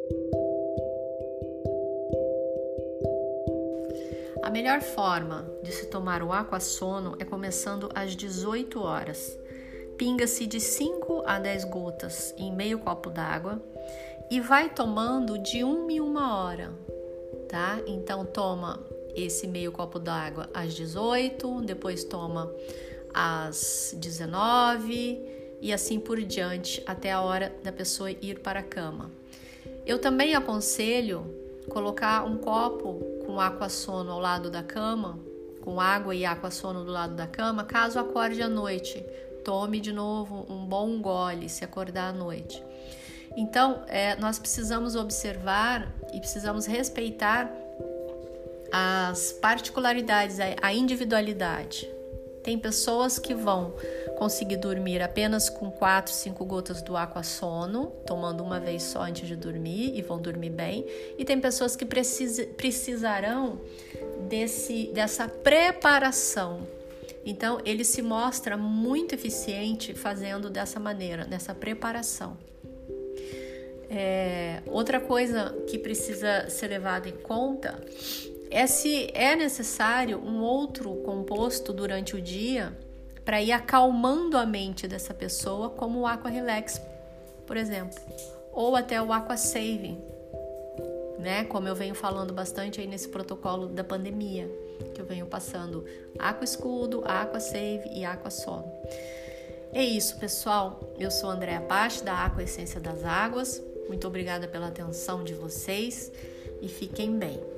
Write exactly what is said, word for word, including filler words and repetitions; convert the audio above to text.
A melhor forma de se tomar o aquassono é começando às dezoito horas. Pinga-se de cinco a dez gotas em meio copo d'água e vai tomando de uma em uma hora, tá? Então toma esse meio copo d'água às dezoito, depois toma às dezenove e assim por diante até a hora da pessoa ir para a cama. Eu também aconselho colocar um copo com aquassono ao lado da cama, com água e aquassono do lado da cama, caso acorde à noite. Tome de novo um bom gole se acordar à noite. Então, é, nós precisamos observar e precisamos respeitar as particularidades, a individualidade. Tem pessoas que vão conseguir dormir apenas com quatro, cinco gotas do aquassono, tomando uma vez só antes de dormir e vão dormir bem. E tem pessoas que precis, precisarão desse, dessa preparação. Então, ele se mostra muito eficiente fazendo dessa maneira, nessa preparação. É, outra coisa que precisa ser levada em conta é se é necessário um outro composto durante o dia para ir acalmando a mente dessa pessoa, como o Aqua Relax, por exemplo, ou até o Aqua Save, né? Como eu venho falando bastante aí nesse protocolo da pandemia, que eu venho passando Aqua Escudo, Aqua Save e Aqua Sono. É isso, pessoal. Eu sou a Andréa Pache, da Aqua Essência das Águas. Muito obrigada pela atenção de vocês e fiquem bem.